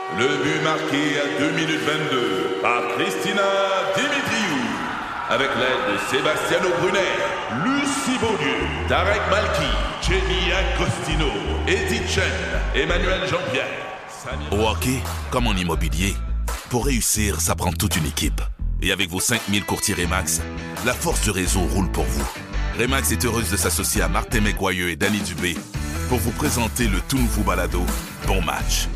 Le but marqué à 2 minutes 22 par Christina Dimitriou. Avec l'aide de Sebastiano Brunet, Lucie Beaulieu, Tarek Malki, Jenny Agostino, Eddie Chen, Emmanuel Jean-Pierre. Au hockey, comme en immobilier, pour réussir, ça prend toute une équipe. Et avec vos 5000 courtiers Remax, la force du réseau roule pour vous. Remax est heureuse de s'associer à Martin McGuire et Danny Dubé pour vous présenter le tout nouveau balado Bon Match.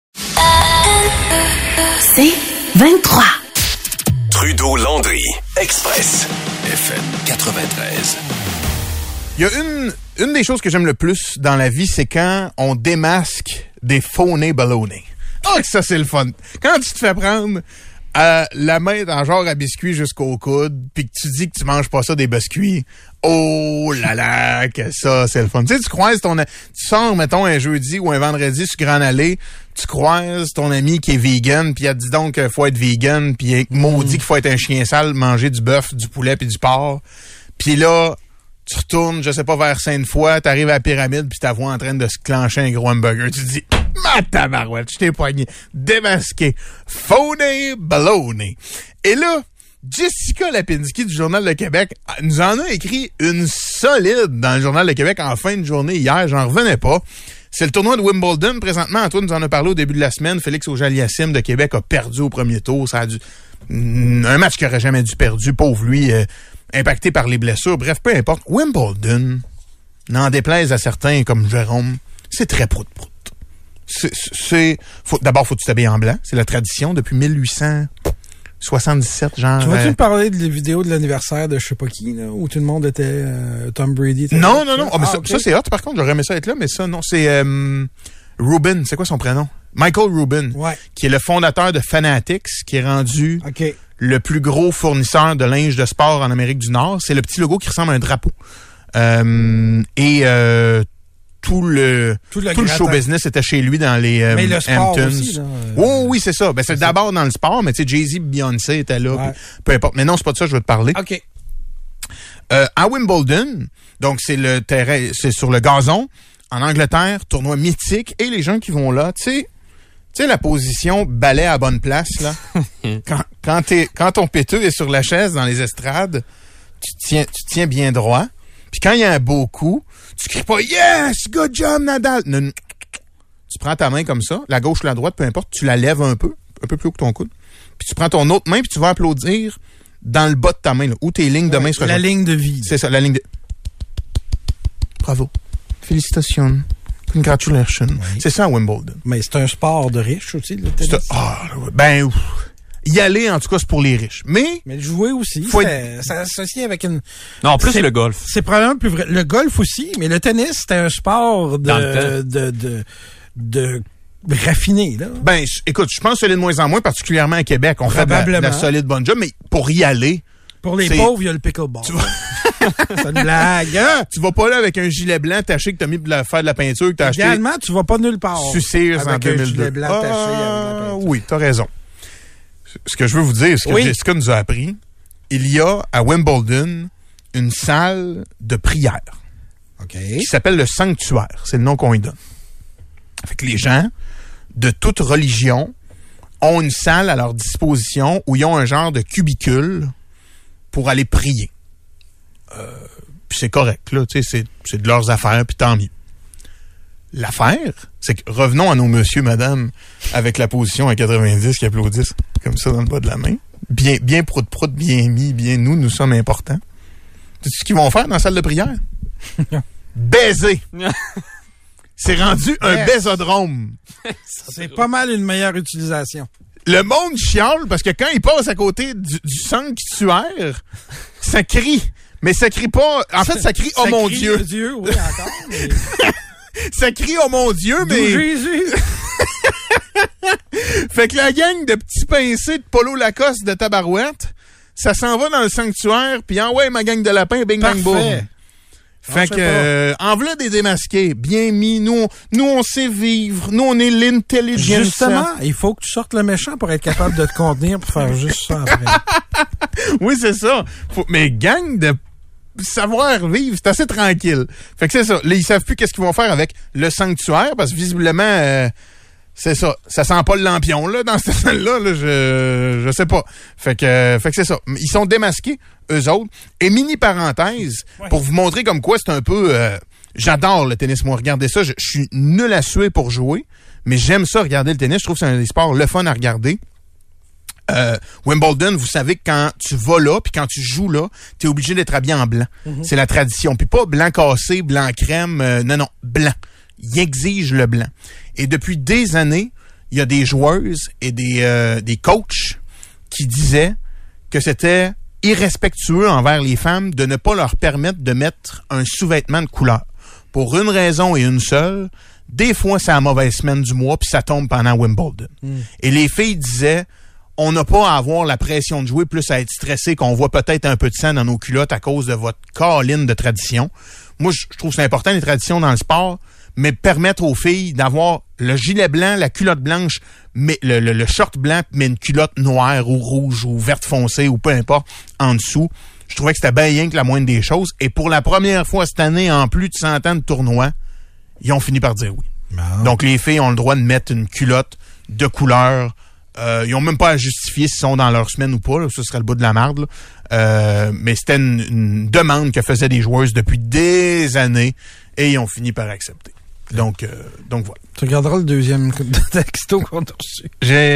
C'est 23. Trudeau-Landry, Express, FM 93. Il y a une des choses que j'aime le plus dans la vie, c'est quand on démasque des faux nez ballonnés. Oh, que ça, c'est le fun. Quand tu te fais prendre la main dans genre à biscuits jusqu'au coude, puis que tu dis que tu manges pas ça des biscuits, oh là là, que ça, c'est le fun. Tu sais, tu croises tu sors, mettons, un jeudi ou un vendredi sur Grande Allée, tu croises ton ami qui est vegan, puis elle te dit donc qu'il faut être vegan, puis maudit qu'il faut être un chien sale, manger du bœuf, du poulet puis du porc. Puis là, tu retournes, je sais pas, vers Sainte-Foy, t'arrives à la pyramide, puis ta voix en train de se clencher un gros hamburger. Tu te dis, ma tabarouette, je t'ai poigné, démasqué, faux nez, ballonné. Et là, Jessica Lapinski du Journal de Québec nous en a écrit une solide dans le Journal de Québec en fin de journée hier, j'en revenais pas. C'est le tournoi de Wimbledon. Présentement, Antoine nous en a parlé au début de la semaine. Félix Auger-Aliassime de Québec a perdu au premier tour. Ça a dû... un match qu'il aurait jamais dû perdre, pauvre lui, impacté par les blessures. Bref, peu importe. Wimbledon, n'en déplaise à certains comme Jérôme, c'est très prout-prout. D'abord, faut que tu t'habilles en blanc. C'est la tradition depuis 1877, genre. Tu vas-tu me parler de la vidéo de l'anniversaire de je sais pas qui, là, où tout le monde était Tom Brady? Non. Oh, mais ça, c'est hot, par contre. J'aurais aimé ça être là, mais ça, non. C'est Rubin. C'est quoi son prénom? Michael Rubin. Ouais. Qui est le fondateur de Fanatics, qui est rendu le plus gros fournisseur de linge de sport en Amérique du Nord. C'est le petit logo qui ressemble à un drapeau. Tout le show business était chez lui dans les mais le sport Hamptons. Aussi, là, oh oui, c'est ça. Ben, c'est d'abord dans le sport, mais tu sais, Jay-Z, Beyoncé étaient là. Ouais. Peu importe. Mais non, c'est pas de ça que je veux te parler. OK. À Wimbledon, donc c'est le terrain, c'est sur le gazon, en Angleterre, tournoi mythique, et les gens qui vont là, tu sais la position balai à bonne place, là. quand ton péteux est sur la chaise dans les estrades, tu tiens bien droit. Puis quand il y a un beau coup, tu cries pas « Yes! Good job, Nadal! » Non, tu prends ta main comme ça, la gauche ou la droite, peu importe, tu la lèves un peu plus haut que ton coude. Puis tu prends ton autre main, puis tu vas applaudir dans le bas de ta main, là, où tes lignes de main se rejoignent. La ligne de vie. C'est ça, la ligne de... Bravo. Félicitations. Congratulations. Oui. C'est ça à Wimbledon. Mais c'est un sport de riches aussi, le tennis. Y aller, en tout cas, c'est pour les riches. Mais le jouer aussi, ça s'associe avec une... Non, en plus, c'est le golf. C'est probablement plus vrai. Le golf aussi, mais le tennis, c'était un sport de raffiné, là. Ben, écoute, je pense que c'est de moins en moins, particulièrement à Québec. On fait de la solide bonne job, mais pour y aller... Pour les pauvres, il y a le pickleball. C'est une blague, hein? Tu vas pas là avec un gilet blanc taché que t'as mis pour faire de la peinture, que t'as acheté... Également, tu vas pas nulle part. Sucir en 2002. Un gilet blanc taché avec de la peinture. Oui, t'as raison. Ce que je veux vous dire, ce que Jessica nous a appris, il y a à Wimbledon une salle de prière qui s'appelle le Sanctuaire. C'est le nom qu'on y donne. Fait que les gens de toute religion ont une salle à leur disposition où ils ont un genre de cubicule pour aller prier. Puis c'est correct, là, tu sais, c'est de leurs affaires, puis tant mieux. L'affaire, c'est que revenons à nos monsieur, madame, avec la position à 90 qui applaudissent comme ça dans le bas de la main. Bien prout-prout, bien mis, bien nous sommes importants. Sais-tu ce qu'ils vont faire dans la salle de prière? Baiser! C'est rendu un baisodrome. C'est pas mal une meilleure utilisation. Le monde chiale parce que quand il passe à côté du sanctuaire, ça crie. Mais ça crie pas... En fait, ça crie « Oh mon Dieu ». Dieu, oui, encore. Mais... ça crie « Oh mon Dieu », mais... Jésus! Fait que la gang de petits pincés de Polo Lacoste de tabarouette, ça s'en va dans le sanctuaire, puis ouais, ma gang de lapins, bing bang boom. Fait que, en v'là des démasqués, bien mis, nous on sait vivre, nous on est l'intelligence. Justement, il faut que tu sortes le méchant pour être capable de te contenir pour faire juste ça après. Oui, c'est ça. Mais gang de savoir-vivre, c'est assez tranquille. Fait que c'est ça. Là, ils savent plus qu'est-ce qu'ils vont faire avec le sanctuaire, parce que visiblement, C'est ça. Ça sent pas le lampion, là, dans cette scène-là. Là, je sais pas. Fait que c'est ça. Ils sont démasqués, eux autres. Et mini parenthèse, pour vous montrer comme quoi c'est un peu... j'adore le tennis, moi. Regardez ça. Je suis nul à suer pour jouer, mais j'aime ça, regarder le tennis. Je trouve que c'est un des sports le fun à regarder. Wimbledon, vous savez que quand tu vas là, puis quand tu joues là, t'es obligé d'être habillé en blanc. Mm-hmm. C'est la tradition. Puis pas blanc cassé, blanc crème. Non, blanc. Ils exigent le blanc. Et depuis des années, il y a des joueuses et des coachs qui disaient que c'était irrespectueux envers les femmes de ne pas leur permettre de mettre un sous-vêtement de couleur. Pour une raison et une seule, des fois, c'est la mauvaise semaine du mois, puis ça tombe pendant Wimbledon. Et les filles disaient, on n'a pas à avoir la pression de jouer, plus à être stressé, qu'on voit peut-être un peu de sang dans nos culottes à cause de votre colline de tradition. Moi, je trouve que c'est important, les traditions dans le sport, mais permettre aux filles d'avoir le gilet blanc, la culotte blanche, mais le short blanc, mais une culotte noire ou rouge ou verte foncée ou peu importe en dessous. Je trouvais que c'était bien rien que la moindre des choses. Et pour la première fois cette année, en plus de 100 ans de tournoi, ils ont fini par dire oui. Oh. Donc, les filles ont le droit de mettre une culotte de couleur. Ils n'ont même pas à justifier s'ils sont dans leur semaine ou pas. Là. Ça serait le bout de la marde. Mais c'était une demande que faisaient des joueuses depuis des années et ils ont fini par accepter. Donc voilà. Tu regarderas le deuxième texto qu'on a reçu.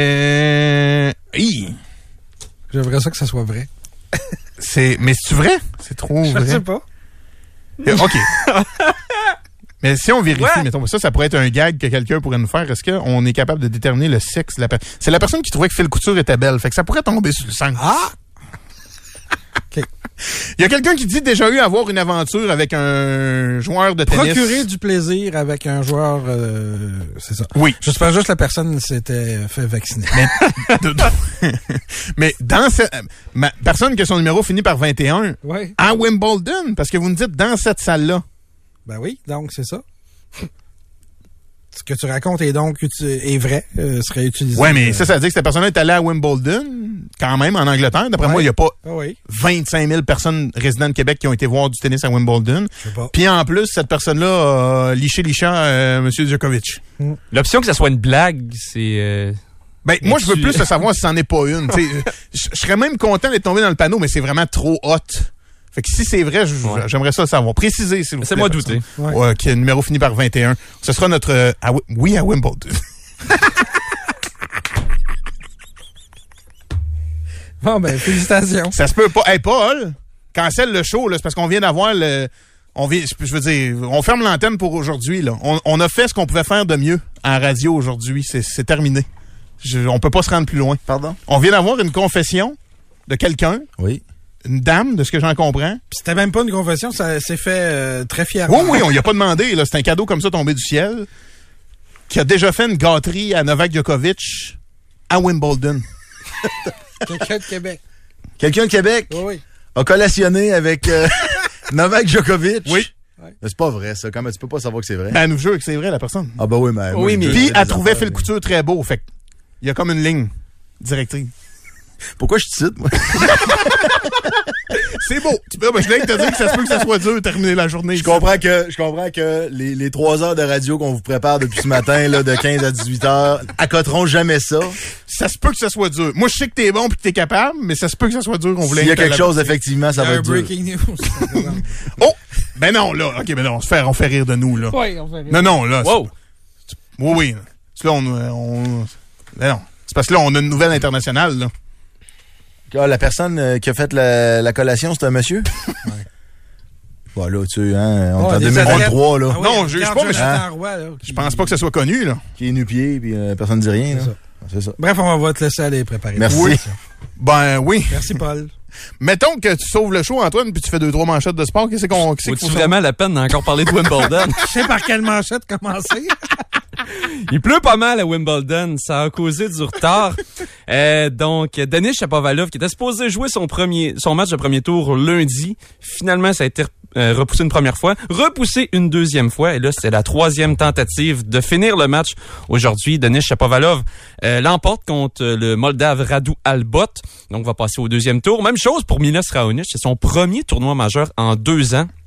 J'aimerais ça que ça soit vrai. Mais c'est vrai? C'est trop vrai? Je sais pas. OK. Mais si on vérifie, mettons, ça pourrait être un gag que quelqu'un pourrait nous faire. Est-ce qu'on est capable de déterminer le sexe de la personne? C'est la personne qui trouvait que Phil Couture était belle. Fait que ça pourrait tomber sur le sang. Ah! OK. Il y a quelqu'un qui dit déjà eu avoir une aventure avec un joueur de tennis. Procurer du plaisir avec un joueur, c'est ça. Oui. J'espère juste que la personne s'était fait vacciner. Mais dans personne que son numéro finit par 21 à Wimbledon, parce que vous me dites dans cette salle-là. Ben oui, donc c'est ça. Ce que tu racontes est donc est vrai, serait utilisé. Oui, mais ça veut dire que cette personne-là est allée à Wimbledon, quand même, en Angleterre. D'après moi, il n'y a pas 25 000 personnes résidentes de Québec qui ont été voir du tennis à Wimbledon. Je sais pas. Puis en plus, cette personne-là a liché M. Djokovic. L'option que ça soit une blague, c'est... moi, je veux plus savoir si c'en est pas une. Je serais même content d'être tombé dans le panneau, mais c'est vraiment trop hot. Fait que si c'est vrai, j'aimerais ça savoir. Préciser, s'il vous plaît. C'est moi douter. Qui le numéro finit par 21. Ce sera notre... à Wimbledon. Bon, félicitations. Ça se peut pas. Hey, Paul, cancelle le show, là. C'est parce qu'on vient d'avoir le... on ferme l'antenne pour aujourd'hui, là. On a fait ce qu'on pouvait faire de mieux à la radio aujourd'hui. C'est terminé. On peut pas se rendre plus loin. Pardon? On vient d'avoir une confession de quelqu'un. Oui. Une dame, de ce que j'en comprends. Puis c'était même pas une confession, ça s'est fait très fièrement. Oui, on y a pas demandé. Là. C'est un cadeau comme ça tombé du ciel. Qui a déjà fait une gâterie à Novak Djokovic à Wimbledon. Quelqu'un de Québec. Quelqu'un de Québec a collationné avec Novak Djokovic. Oui. Mais c'est pas vrai, ça. Comment tu peux pas savoir que c'est vrai? Elle nous jure que c'est vrai, la personne. Ah, ben oui, mais. Oui, mais. Puis, elle trouvait Phil Couture très beau. Fait il y a comme une ligne directive. Pourquoi je te cite, moi? C'est beau. Je viens de te dire que ça se peut que ça soit dur de terminer la journée. Je comprends que les 3 heures de radio qu'on vous prépare depuis ce matin, là, de 15 à 18 heures, accoteront jamais ça. Ça se peut que ça soit dur. Moi, je sais que t'es bon pis que t'es capable, mais ça se peut que ça soit dur. S'il y a quelque chose, effectivement, ça va être dur. Breaking news. Oh! Ben non, là. OK, ben non, on fait rire de nous, là. Oui, on fait rire. Non, là. Wow! Oui. Là, ben non. C'est parce que là, on a une nouvelle internationale, là. La personne qui a fait la collation, c'est un monsieur? Voilà, tu sais, on est en 2023, là. Non, je juge pas, mais je pense pas que ça soit connu, là. Qui est nu-pied, puis personne ne dit rien, là. C'est ça. Bref, on va te laisser aller préparer. Merci. Oui. Ben oui. Merci, Paul. Mettons que tu sauves le show, Antoine, puis tu fais 2-3 manchettes de sport. Qu'est-ce qu'on... Vaut-tu vraiment la peine d'encore parler de Wimbledon? Je sais par quelle manchette commencer. Il pleut pas mal à Wimbledon. Ça a causé du retard. Donc, Denis Shapovalov, qui était supposé jouer son match de premier tour lundi, finalement, ça a été repoussé une première fois, repoussé une deuxième fois, et là, c'est la 3e tentative de finir le match aujourd'hui. Denis Shapovalov l'emporte contre le Moldave Radu Albot, donc va passer au 2e tour. Même chose pour Milos Raonic, c'est son premier tournoi majeur en 2 ans.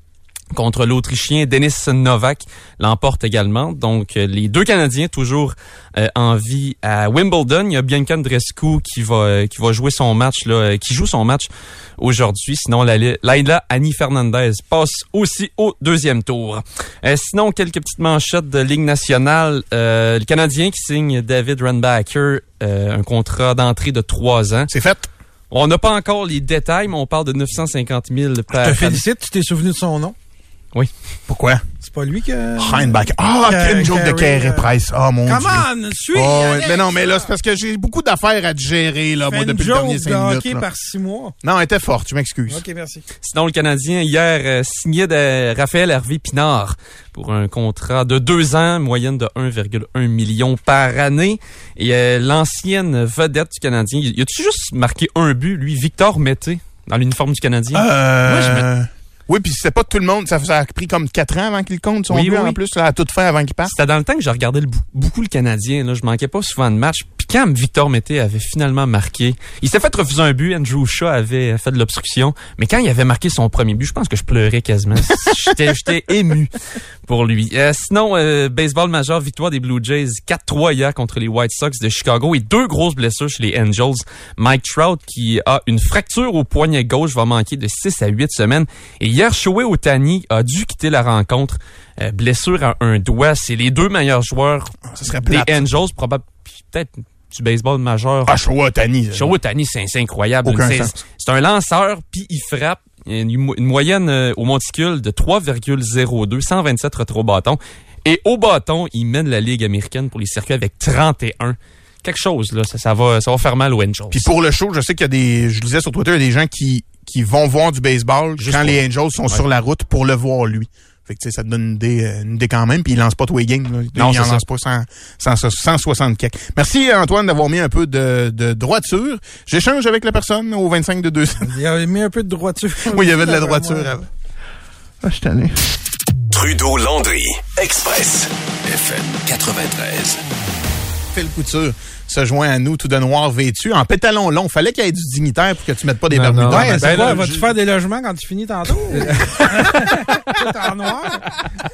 contre l'Autrichien Denis Novak l'emporte également. Donc, les deux Canadiens toujours en vie à Wimbledon. Il y a Bianca Andreescu qui va jouer son match là, qui joue son match aujourd'hui. Sinon, Laila Annie Fernandez passe aussi au deuxième tour. Sinon, quelques petites manchettes de Ligue nationale. Le Canadien qui signe David Rundbacker un contrat d'entrée de 3 ans. C'est fait. On n'a pas encore les détails, mais on parle de 950 000 par... Je te félicite, tu t'es souvenu de son nom? Oui. Pourquoi? C'est pas lui que... Rundbacker. quelle joke de Carey Price. Mon Dieu. Come on, suis! Mais non, mais là, c'est parce que j'ai beaucoup d'affaires à digérer, là, moi, depuis le dernier 5 minutes. Hockey par 6 mois. Non, elle était forte, je m'excuse. OK, merci. Sinon, le Canadien, hier, signait de Raphaël Harvey-Pinard pour un contrat de 2 ans, moyenne de 1,1 million par année. Et l'ancienne vedette du Canadien, il a-tu juste marqué un but, lui, Victor Mété, dans l'uniforme du Canadien? Moi, Oui, puis c'était pas tout le monde. Ça a pris comme 4 ans avant qu'il compte son but en plus, là, à tout faire avant qu'il parte. C'était dans le temps que je regardais beaucoup le Canadien. Là, je manquais pas souvent de matchs. Puis quand Victor Mété avait finalement marqué, il s'était fait refuser un but. Andrew Shaw avait fait de l'obstruction. Mais quand il avait marqué son premier but, je pense que je pleurais quasiment. J'étais ému pour lui. Sinon, baseball majeur, victoire des Blue Jays 4-3 hier contre les White Sox de Chicago et 2 grosses blessures chez les Angels. Mike Trout, qui a une fracture au poignet gauche, va manquer de 6 à 8 semaines. Et hier, Shohei Ohtani a dû quitter la rencontre. Blessure à un doigt. C'est les 2 meilleurs joueurs des Angels, peut-être du baseball majeur. Shohei Ohtani. Shohei Ohtani, c'est incroyable. C'est un lanceur, puis il frappe. Une moyenne au monticule de 3,02, 127 retours au bâton. Et au bâton, il mène la Ligue américaine pour les circuits avec 31. Quelque chose, là. Ça va faire mal aux Angels. Puis pour le show, je sais qu'il y a je lisais sur Twitter, il y a des gens qui vont voir du baseball quand les Angels sont sur la route pour le voir lui. Fait que, ça te donne une idée quand même. Puis il lance pas tous les games. Là. Non, il en lance pas 160 quelques. Merci Antoine d'avoir mis un peu de droiture. J'échange avec la personne au 25 de 200. Il a mis un peu de droiture. Oui, il y avait de la droiture avant. Je suis tanné. Trudeau-Landry, Express, FM 93. Phil Couture se joint à nous tout de noir vêtu, en pétalons longs. Fallait qu'il y ait du dignitaire pour que tu mettes pas des bermudas. Ouais, c'est quoi? Vas-tu faire des logements quand tu finis tantôt? Tout en noir?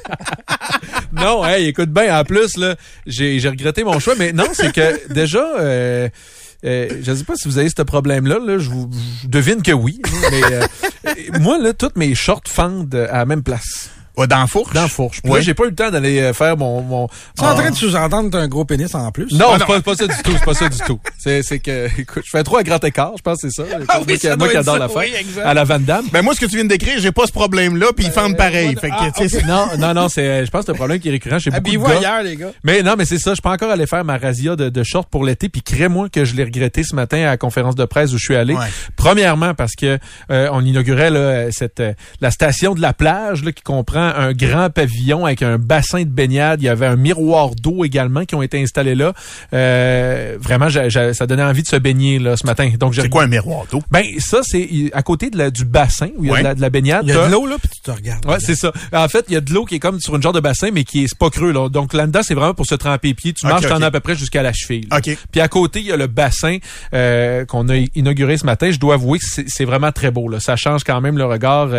Non, écoute bien, en plus, là, j'ai regretté mon choix, mais non, c'est que déjà, je ne sais pas si vous avez ce problème-là, là, je devine que oui, mais moi, là, toutes mes shorts fendent à la même place. Ouais, dans la fourche? Dans la fourche. Puis là, j'ai pas eu le temps d'aller faire mon... Tu es en train de sous-entendre que t'as un gros pénis en plus? Non, c'est pas ça du tout. C'est pas ça du tout. C'est que, écoute, je fais trop à grand écart, je pense que c'est ça. Moi qui adore la fête. Oui, à la Van Damme. Ben, moi, ce que tu viens de décrire, j'ai pas ce problème-là, puis ils fendent pareil. Fait que, okay. Non, je pense que c'est un problème qui est récurrent chez beaucoup de gars. Ailleurs, les gars. Mais non, mais c'est ça. Je peux encore aller faire ma razzia de shorts pour l'été, puis crée-moi que je l'ai regretté ce matin à la conférence de presse où je suis allé. Ouais. Premièrement, parce que on inaugurait là, la station de la plage là, qui comprend un grand pavillon avec un bassin de baignade. Il y avait un miroir d'eau également qui ont été installés là. Vraiment, ça donnait envie de se baigner là ce matin. Donc, c'est quoi un miroir d'eau? Ben ça, c'est à côté du bassin où il y a de la baignade. Il y a de l'eau là, puis tu te regardes. Ouais, c'est ça. En fait, il y a de l'eau qui est comme sur une genre de bassin, mais qui est pas creux là. Donc là-dedans, c'est vraiment pour se tremper les pieds. Tu marches, t'en as à peu près jusqu'à la cheville. Okay. Puis à côté, il y a le bassin qu'on a inauguré ce matin. Je dois avouer que c'est vraiment très beau là. Ça change quand même le regard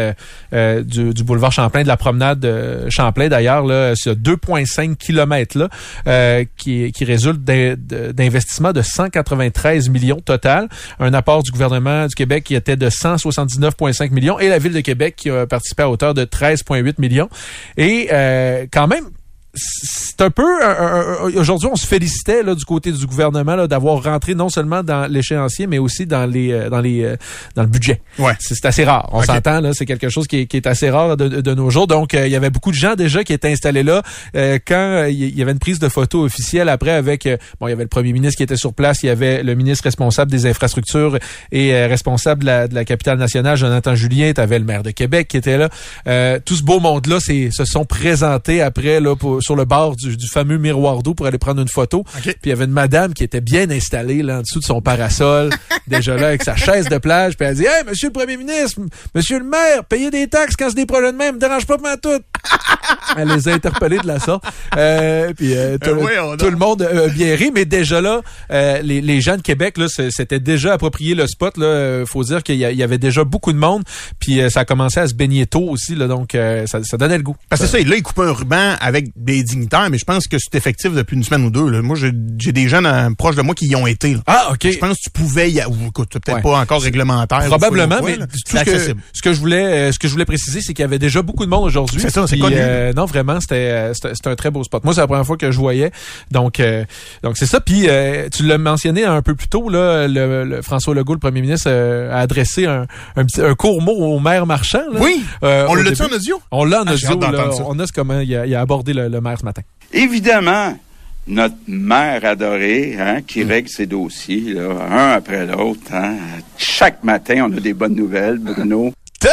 du boulevard Champlain, de la promenade Champlain d'ailleurs là, c'est 2,5 km là qui résulte d'investissements de 193 millions total, un apport du gouvernement du Québec qui était de 179,5 millions et la ville de Québec qui a participé à hauteur de 13,8 millions et quand même c'est un peu aujourd'hui on se félicitait là du côté du gouvernement là d'avoir rentré non seulement dans l'échéancier mais aussi dans le budget. Ouais. C'est assez rare. On s'entend là, c'est quelque chose qui est assez rare de nos jours. Donc il y avait beaucoup de gens déjà qui étaient installés là quand il y avait une prise de photo officielle après avec il y avait le premier ministre qui était sur place, il y avait le ministre responsable des infrastructures et responsable de la capitale nationale Jonathan Julien, tu avais le maire de Québec qui était là. Tout ce beau monde là se sont présentés après là sur le bord du fameux miroir d'eau pour aller prendre une photo. Okay. Puis il y avait une madame qui était bien installée là en dessous de son parasol, déjà là avec sa chaise de plage. Puis elle dit « Hey, monsieur le premier ministre, monsieur le maire, payez des taxes quand c'est des projets de même, me dérange pas tout. » Elle les a interpellés de la sorte. Puis tout le monde bien ri, mais déjà là, les gens de Québec là, s'étaient déjà approprié le spot. Là, faut dire qu'il y avait déjà beaucoup de monde, puis ça a commencé à se baigner tôt aussi, là, donc ça donnait le goût. Parce que c'est ça, là, ils coupent un ruban avec des dignitaires, mais je pense que c'est effectif depuis une semaine ou deux. Là. Moi, j'ai des jeunes proches de moi qui y ont été. Là. Ah, OK. Je pense que tu pouvais y aller. Écoute, c'est peut-être pas encore réglementaire. Probablement, mais c'est accessible. Ce que je voulais préciser, c'est qu'il y avait déjà beaucoup de monde aujourd'hui. C'est ça, c'est connu. Non, vraiment, c'était un très beau spot. Moi, c'est la première fois que je voyais. Donc c'est ça. Puis tu l'as mentionné un peu plus tôt, là, le François Legault, le premier ministre, a adressé un court mot au maire Marchand. Là, oui. On l'a-tu en audio? On l'a en audio. Là, on a comment il a abordé le maire ce matin. Évidemment, notre maire adoré, qui règle ses dossiers, là, un après l'autre. Chaque matin, on a des bonnes nouvelles, Bruno.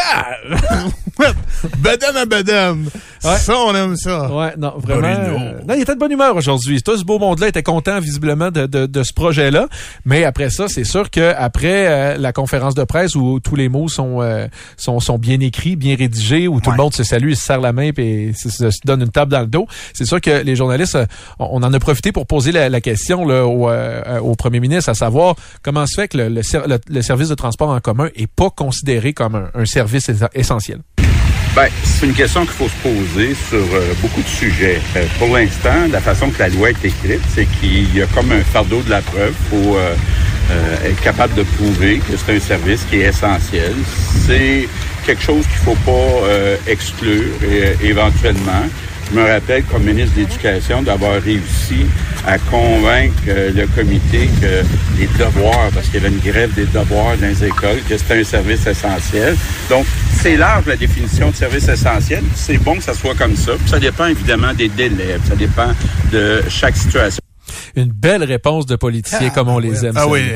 Badam à badam. Ouais. Ça, on aime ça. Ouais, non, vraiment. Non, il était de bonne humeur aujourd'hui. Tout ce beau monde-là était content, visiblement, de ce projet-là. Mais après ça, c'est sûr qu'après la conférence de presse où tous les mots sont bien écrits, bien rédigés, où tout le monde se salue, se serre la main et se donne une tape dans le dos, c'est sûr que les journalistes, on en a profité pour poser la question là, au premier ministre, à savoir comment se fait que le service de transport en commun est pas considéré comme un service essentiel. Ben, c'est une question qu'il faut se poser sur beaucoup de sujets. Pour l'instant, la façon que la loi est écrite, c'est qu'il y a comme un fardeau de la preuve. Il faut être capable de prouver que c'est un service qui est essentiel. C'est quelque chose qu'il ne faut pas exclure éventuellement. Je me rappelle, comme ministre de l'Éducation, d'avoir réussi à convaincre le comité que les devoirs, parce qu'il y avait une grève des devoirs dans les écoles, que c'était un service essentiel. Donc, c'est large la définition de service essentiel. C'est bon que ça soit comme ça. Puis ça dépend évidemment des délais. Ça dépend de chaque situation. Une belle réponse de politicien comme on les aime. Ah oui,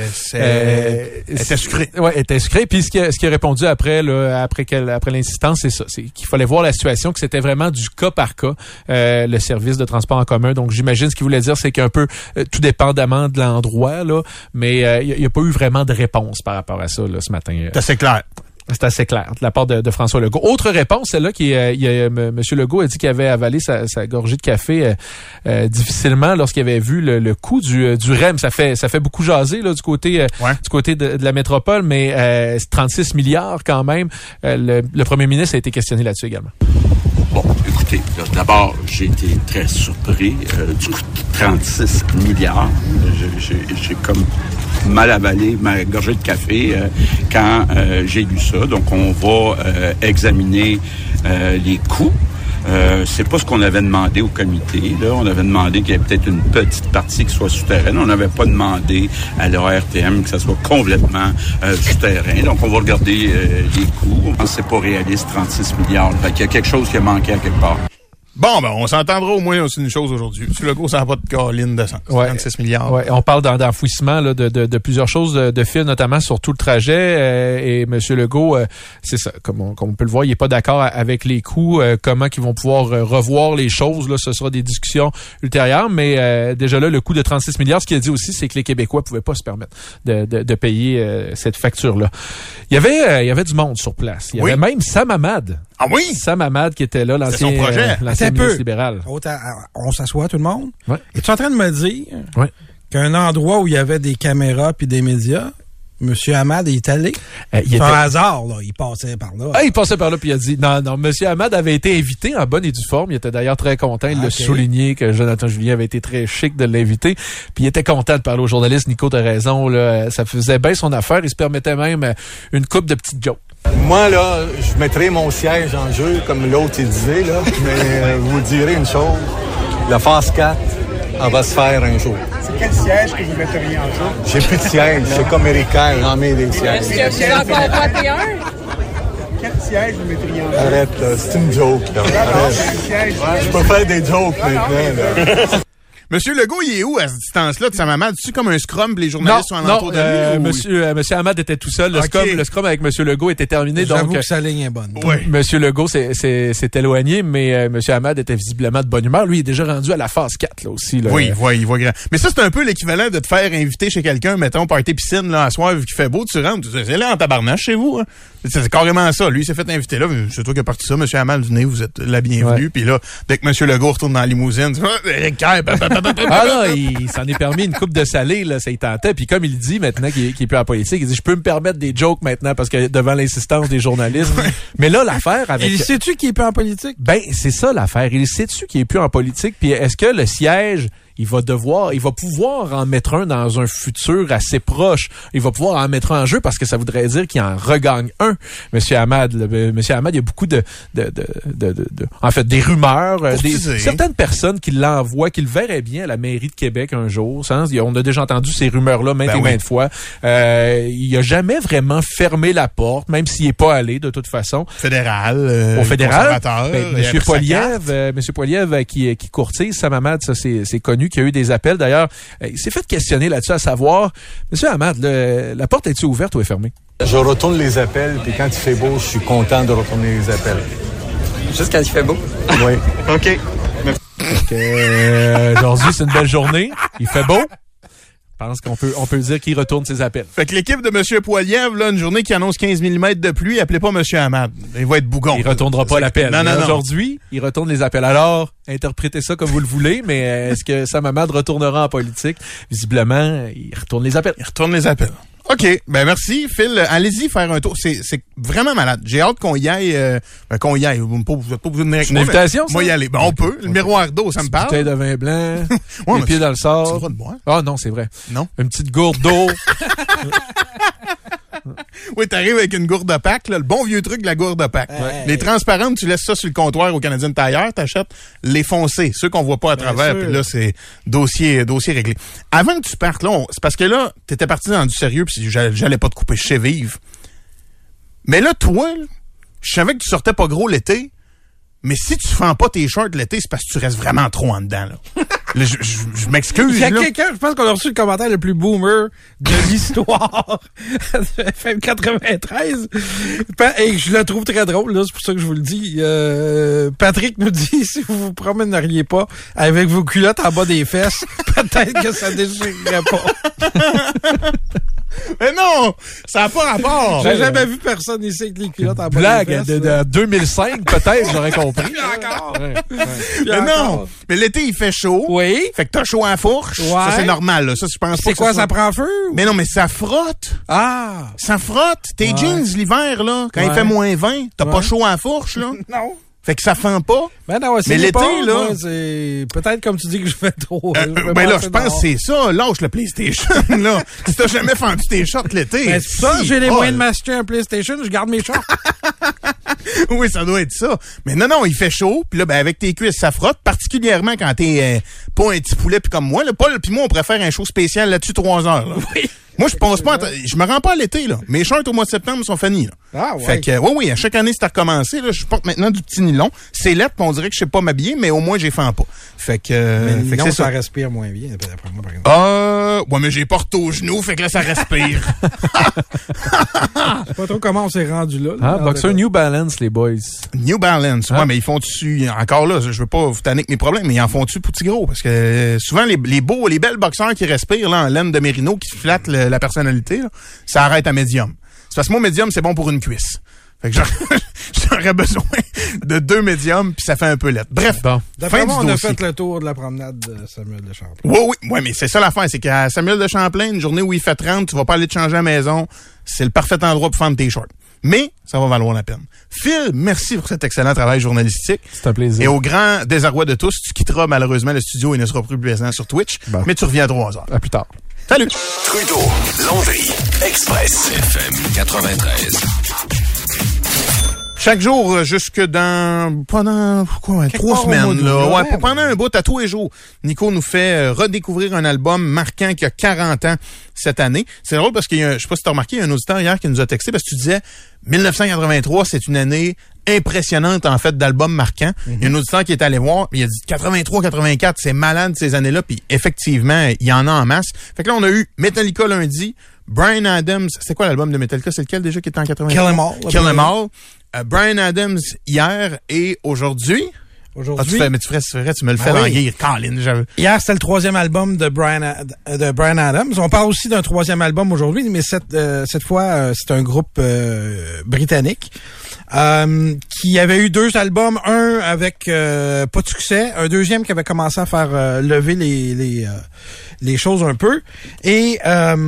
était sucré. Ouais, était sucré. Puis ce qui a répondu après l'insistance, c'est ça. C'est qu'il fallait voir la situation, que c'était vraiment du cas par cas, le service de transport en commun. Donc, j'imagine ce qu'il voulait dire, c'est qu'un peu, tout dépendamment de l'endroit, là, mais il n'y a pas eu vraiment de réponse par rapport à ça, là, ce matin. C'est assez clair. C'est assez clair, de la part de François Legault. Autre réponse, celle-là, M. Legault a dit qu'il avait avalé sa gorgée de café difficilement lorsqu'il avait vu le coût du REM. Ça fait beaucoup jaser là, du côté de la métropole, mais 36 milliards quand même. Le premier ministre a été questionné là-dessus également. Bon, écoutez, d'abord, j'ai été très surpris du coût de 36 milliards. J'ai comme mal avalé ma gorgée de café quand j'ai lu ça. Donc, on va examiner les coûts. C'est pas ce qu'on avait demandé au comité. Là. On avait demandé qu'il y ait peut-être une petite partie qui soit souterraine. On n'avait pas demandé à l'ORTM que ça soit complètement souterrain. Donc, on va regarder les coûts. C'est pas réaliste, 36 milliards. Fait qu'il y a quelque chose qui a manqué à quelque part. Bon, ben, on s'entendra au moins aussi une chose aujourd'hui. Parce que le gros, ça n'a pas de caroline de 36 milliards. Ouais, on parle d'enfouissement là, de plusieurs choses de fil, notamment sur tout le trajet. Et M. Legault, c'est ça, comme on peut le voir, il n'est pas d'accord avec les coûts, comment ils vont pouvoir revoir les choses. Là, ce sera des discussions ultérieures. Mais déjà là, le coût de 36 milliards, ce qu'il a dit aussi, c'est que les Québécois ne pouvaient pas se permettre de payer cette facture-là. Il y avait du monde sur place. Il y avait même Sam Hamad. Ah oui? Sam Hamad qui était là, l'ancien ministre libéral. On s'assoit tout le monde. Ouais. Es-tu en train de me dire qu'un endroit où il y avait des caméras puis des médias, M. Hamad est allé? C'est un hasard, là. Il passait par là. Il passait par là puis il a dit non, M. Hamad avait été invité en bonne et due forme. Il était d'ailleurs très content. Il l'a souligné que Jonathan Julien avait été très chic de l'inviter. Puis il était content de parler aux journalistes. Nico, t'as raison, là. Ça faisait bien son affaire. Il se permettait même une couple de petites jokes. Moi, là, je mettrais mon siège en jeu, comme l'autre il disait, là, mais vous direz une chose, la phase 4, elle va se faire un jour. C'est quel siège que vous metteriez en jeu? J'ai plus de siège, c'est comme Erika, j'en mets des sièges. Est-ce que vous en avez un? Quel siège vous mettriez en jeu? Arrête, là, c'est une joke, là. Arrête. Je peux faire des jokes maintenant, là. Monsieur Legault, il est où à cette distance-là de sa maman? Tu sais, comme un scrum, les journalistes sont alentour de lui? Monsieur Hamad était tout seul. Le scrum avec Monsieur Legault était terminé. J'avoue que sa ligne est bonne. Oui. Monsieur Legault s'est éloigné, mais Monsieur Hamad était visiblement de bonne humeur. Lui, il est déjà rendu à la phase 4, là, aussi. Là. Oui, il voit grand. Mais ça, c'est un peu l'équivalent de te faire inviter chez quelqu'un, mettons, party piscine, là, à soir, vu qu'il fait beau, tu rentres, c'est là en tabarnache chez vous, hein. C'est carrément ça. Lui, il s'est fait inviter là. C'est toi qui as parti ça, Monsieur Hamad, venez, vous êtes la bienvenue. Puis là, dès que Monsieur Legault retourne dans la limousine, là, il s'en est permis une coupe de salé, là, ça y tentait. Puis comme il dit maintenant qu'il est plus en politique, il dit, je peux me permettre des jokes maintenant parce que devant l'insistance des journalistes. Mais là, l'affaire avec... Il sait-tu qu'il est plus en politique? Ben, c'est ça l'affaire. Il sait-tu qu'il est plus en politique? Puis est-ce que le siège... il va pouvoir en mettre un dans un futur assez proche. Il va pouvoir en mettre un en jeu parce que ça voudrait dire qu'il en regagne un. Monsieur Hamad, il y a beaucoup en fait, des rumeurs, certaines personnes qui l'envoient, qui le verraient bien à la mairie de Québec un jour. On a déjà entendu ces rumeurs-là maintes fois. Il a jamais vraiment fermé la porte, même s'il est pas allé de toute façon. Au fédéral. Monsieur Poiliev qui courtise Sam Hamad, ça c'est connu, qu'il y a eu des appels. D'ailleurs, il s'est fait questionner là-dessus, à savoir, Monsieur Hamad, la porte est-tu ouverte ou est fermée? Je retourne les appels, puis quand il fait beau, je suis content de retourner les appels. Juste quand il fait beau? Oui. OK. Aujourd'hui, c'est une belle journée. Il fait beau. Je pense qu'on peut dire qu'il retourne ses appels. Fait que l'équipe de M. Poiliev, là, une journée qui annonce 15 mm de pluie, appelez pas M. Hamad. Il va être bougon. Il retournera pas l'appel. Non. Aujourd'hui, il retourne les appels. Alors, interprétez ça comme vous le voulez, mais est-ce que Sam Hamad retournera en politique? Visiblement, il retourne les appels. OK. Ben, merci, Phil. Allez-y faire un tour. C'est vraiment malade. J'ai hâte qu'on y aille. Vous n'êtes pas obligé de venir avec une invitation, ça? Moi, y aller. Ben, on peut. Le miroir d'eau, ça me parle. Une bouteille de vin blanc. Les pieds dans le sable. Tu as le droit de boire? Ah, non, c'est vrai. Non. Une petite gourde d'eau. Oui, t'arrives avec une gourde opaque, là, le bon vieux truc de la gourde opaque. Les transparentes, tu laisses ça sur le comptoir au Canadien Tire, t'achètes les foncés, ceux qu'on voit pas à travers, puis là, c'est dossier réglé. Avant que tu partes, là, c'est parce que là, t'étais parti dans du sérieux, puis j'allais pas te couper chez Vive. Mais là, toi, je savais que tu sortais pas gros l'été, mais si tu fends pas tes shorts l'été, c'est parce que tu restes vraiment trop en dedans, là. Là, je m'excuse. Il y a quelqu'un, je pense qu'on a reçu le commentaire le plus boomer de l'histoire de FM 93. Et je le trouve très drôle, là, c'est pour ça que je vous le dis. Patrick nous dit, si vous vous promèneriez pas avec vos culottes en bas des fesses, peut-être que ça déchirerait pas. Mais non! Ça n'a pas rapport! J'ai jamais vu personne ici avec les culottes en bas blague des fesses. De 2005, peut-être, j'aurais compris. Encore. Mais non! Mais l'été, il fait chaud. Oui. Fait que t'as chaud à la fourche. Ouais. Ça, c'est normal, là. Ça, je pense pas. C'est quoi, ça prend feu? Mais non, mais ça frotte. Ah! Ça frotte. Tes jeans, l'hiver, là, quand il fait moins 20, t'as pas chaud à la fourche, là? Non. Fait que ça fend pas. Ben non, mais l'été, là. Ouais, c'est peut-être comme tu dis que je fais trop. Ben là, je pense que c'est ça. Lâche le PlayStation, là. Si t'as jamais fendu tes shorts l'été. Ben c'est ça, j'ai les moyens de m'acheter un PlayStation, je garde mes shorts. Oui, ça doit être ça. Mais non, il fait chaud. Puis là, ben, avec tes cuisses, ça frotte. Particulièrement quand t'es pas un petit poulet puis comme moi. Là, Paul puis moi, on préfère un show spécial là-dessus 3 heures. Là. Oui. Moi, je pense pas. Je me rends pas à l'été, là. Mes shorts au mois de septembre sont finis, là. Ah, ouais. Fait que, oui, à chaque année, c'est à recommencer, là. Je porte maintenant du petit nylon. C'est lettre, on dirait que je sais pas m'habiller, mais au moins, j'ai fend pas. Fait que, mais fait non, que ça respire moins bien, d'après moi, par exemple. Ouais, mais j'ai porté aux genoux, fait que là, ça respire. Je sais pas trop comment on s'est rendu là. Ah, boxer New Balance, les boys. New Balance, ouais, mais ils font dessus, encore là, je veux pas vous tanner avec mes problèmes, mais ils en font dessus petit gros, parce que souvent, les belles boxeurs qui respirent, là, en laine de mérino, qui flattent la personnalité, là, ça arrête à médium. C'est parce que mon médium, c'est bon pour une cuisse. Fait que j'aurais besoin de 2 médiums, puis ça fait un peu lettre. Bref, bon. D'après moi, on a fait le tour de la promenade de Samuel de Champlain. Oui, mais c'est ça l'affaire, c'est qu'à Samuel de Champlain, une journée où il fait 30, tu vas pas aller te changer à la maison, c'est le parfait endroit pour fendre tes shorts. Mais ça va valoir la peine. Phil, merci pour cet excellent travail journalistique. C'est un plaisir. Et au grand désarroi de tous, tu quitteras malheureusement le studio et ne sera plus présent sur Twitch, mais tu reviens à 3 heures. À plus tard. Salut! Trudeau, Landry, Express, FM 93. Chaque jour, jusque pendant 3 semaines, là. Pendant un bout, à tous les jours. Nico nous fait redécouvrir un album marquant qui a 40 ans cette année. C'est drôle parce qu'il y a, je sais pas si t'as remarqué, il y a un auditeur hier qui nous a texté parce que tu disais 1983, c'est une année impressionnante, en fait, d'albums marquants. Il y a un auditeur qui est allé voir, il a dit 83, 84, c'est malade ces années-là, puis effectivement, il y en a en masse. Fait que là, on a eu Metallica lundi, Bryan Adams, c'est quoi l'album de Metallica? C'est lequel déjà qui était en 83? Kill 'Em All. Kill 'Em All. Bryan Adams hier et aujourd'hui. Aujourd'hui. Tu me le fais languir. Colin, hier, c'était le 3e album de Bryan Adams. On parle aussi d'un 3e album aujourd'hui, mais cette fois, c'est un groupe britannique qui avait eu 2 albums. Un avec pas de succès, un deuxième qui avait commencé à faire lever les choses un peu. Et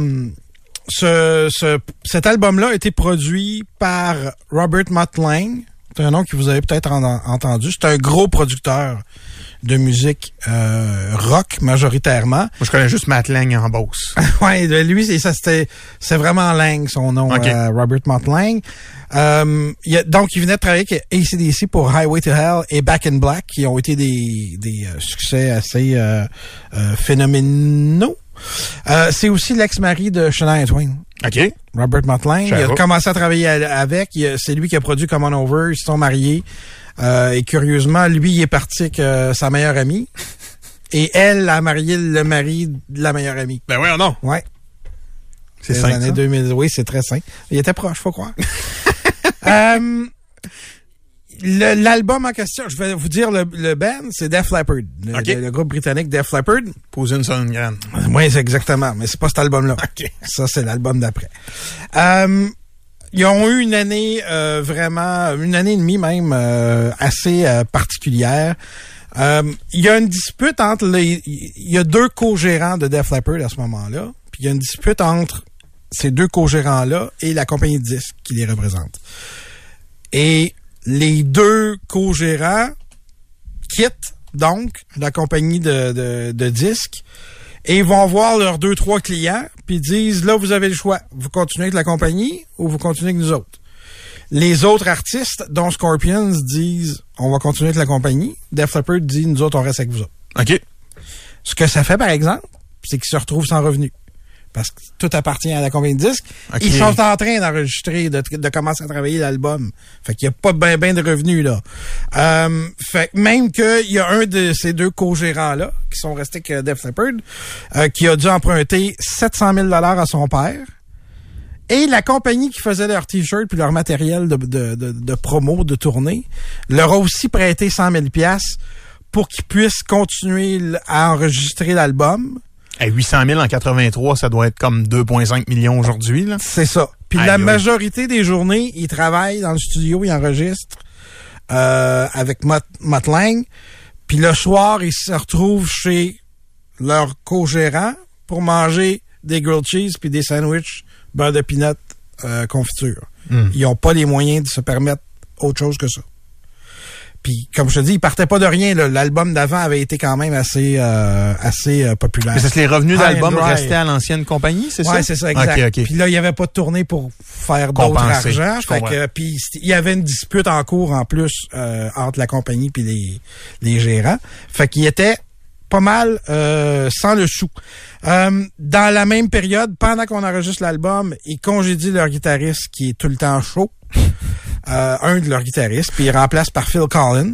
cet album-là a été produit par Robert Mutt Lange. C'est un nom que vous avez peut-être entendu. C'est un gros producteur de musique rock majoritairement. Moi, je connais juste Matt Lange en Beauce. Ouais, lui, c'est vraiment Lange, son nom, okay. Robert Mutt Lange. Donc, il venait de travailler avec AC/DC pour Highway to Hell et Back in Black, qui ont été des succès assez phénoménaux. C'est aussi l'ex-mari de Shania Twain. OK. Robert Mutt Lange. Il a commencé à travailler avec. C'est lui qui a produit Come On Over. Ils se sont mariés. Et curieusement, lui, il est parti avec sa meilleure amie. Et elle a marié le mari de la meilleure amie. Ben oui ou non? Ouais. C'est simple. Les années 2000. Oui, c'est très simple. Il était proche, faut croire. L'album en question, je vais vous dire le band, c'est Def Leppard. Le groupe britannique Def Leppard. Posez sur une graine. Oui, c'est exactement. Mais c'est pas cet album-là. Okay. Ça, c'est l'album d'après. Ils ont eu une année vraiment, une année et demie même, assez particulière. Il y a une dispute entre il y a 2 co-gérants de Def Leppard à ce moment-là. Puis il y a une dispute entre ces 2 co-gérants-là et la compagnie de disques qui les représente. Et les 2 co-gérants quittent donc la compagnie de disques et vont voir leurs 2-3 clients puis disent, là, vous avez le choix. Vous continuez avec la compagnie ou vous continuez avec nous autres. Les autres artistes, dont Scorpions, disent, on va continuer avec la compagnie. Def Leppard dit, nous autres, on reste avec vous autres. OK. Ce que ça fait, par exemple, c'est qu'ils se retrouvent sans revenus. Parce que tout appartient à la compagnie de disques. Okay. Ils sont en train d'enregistrer, de commencer à travailler l'album. Fait qu'il n'y a pas ben de revenus, là. Fait que même qu'il y a un de ces 2 co-gérants-là, qui sont restés avec Def Leppard, qui a dû emprunter 700 000 $ à son père. Et la compagnie qui faisait leurs t-shirts puis leur matériel de promo, de tournée, leur a aussi prêté 100 000 $ pour qu'ils puissent continuer à enregistrer l'album. À 800 000 en 83, ça doit être comme 2,5 millions aujourd'hui, là. C'est ça. Puis la majorité des journées, ils travaillent dans le studio, ils enregistrent avec Mutt Lange. Puis le soir, ils se retrouvent chez leur co-gérant pour manger des grilled cheese puis des sandwichs beurre de peanut confiture. Ils n'ont pas les moyens de se permettre autre chose que ça. Puis, comme je te dis, ils partaient pas de rien. Là. L'album d'avant avait été quand même assez populaire. Mais c'est que les revenus d'album restaient à l'ancienne compagnie, c'est ça? Oui, c'est ça, exact. Okay. Puis là, il n'y avait pas de tournée pour faire d'autres argent. Puis il y avait une dispute en cours en plus entre la compagnie puis les gérants. Fait qu'il était pas mal sans le sou. Dans la même période, pendant qu'on enregistre l'album, ils congédient leur guitariste qui est tout le temps chaud. Un de leurs guitaristes, puis il remplace par Phil Collen,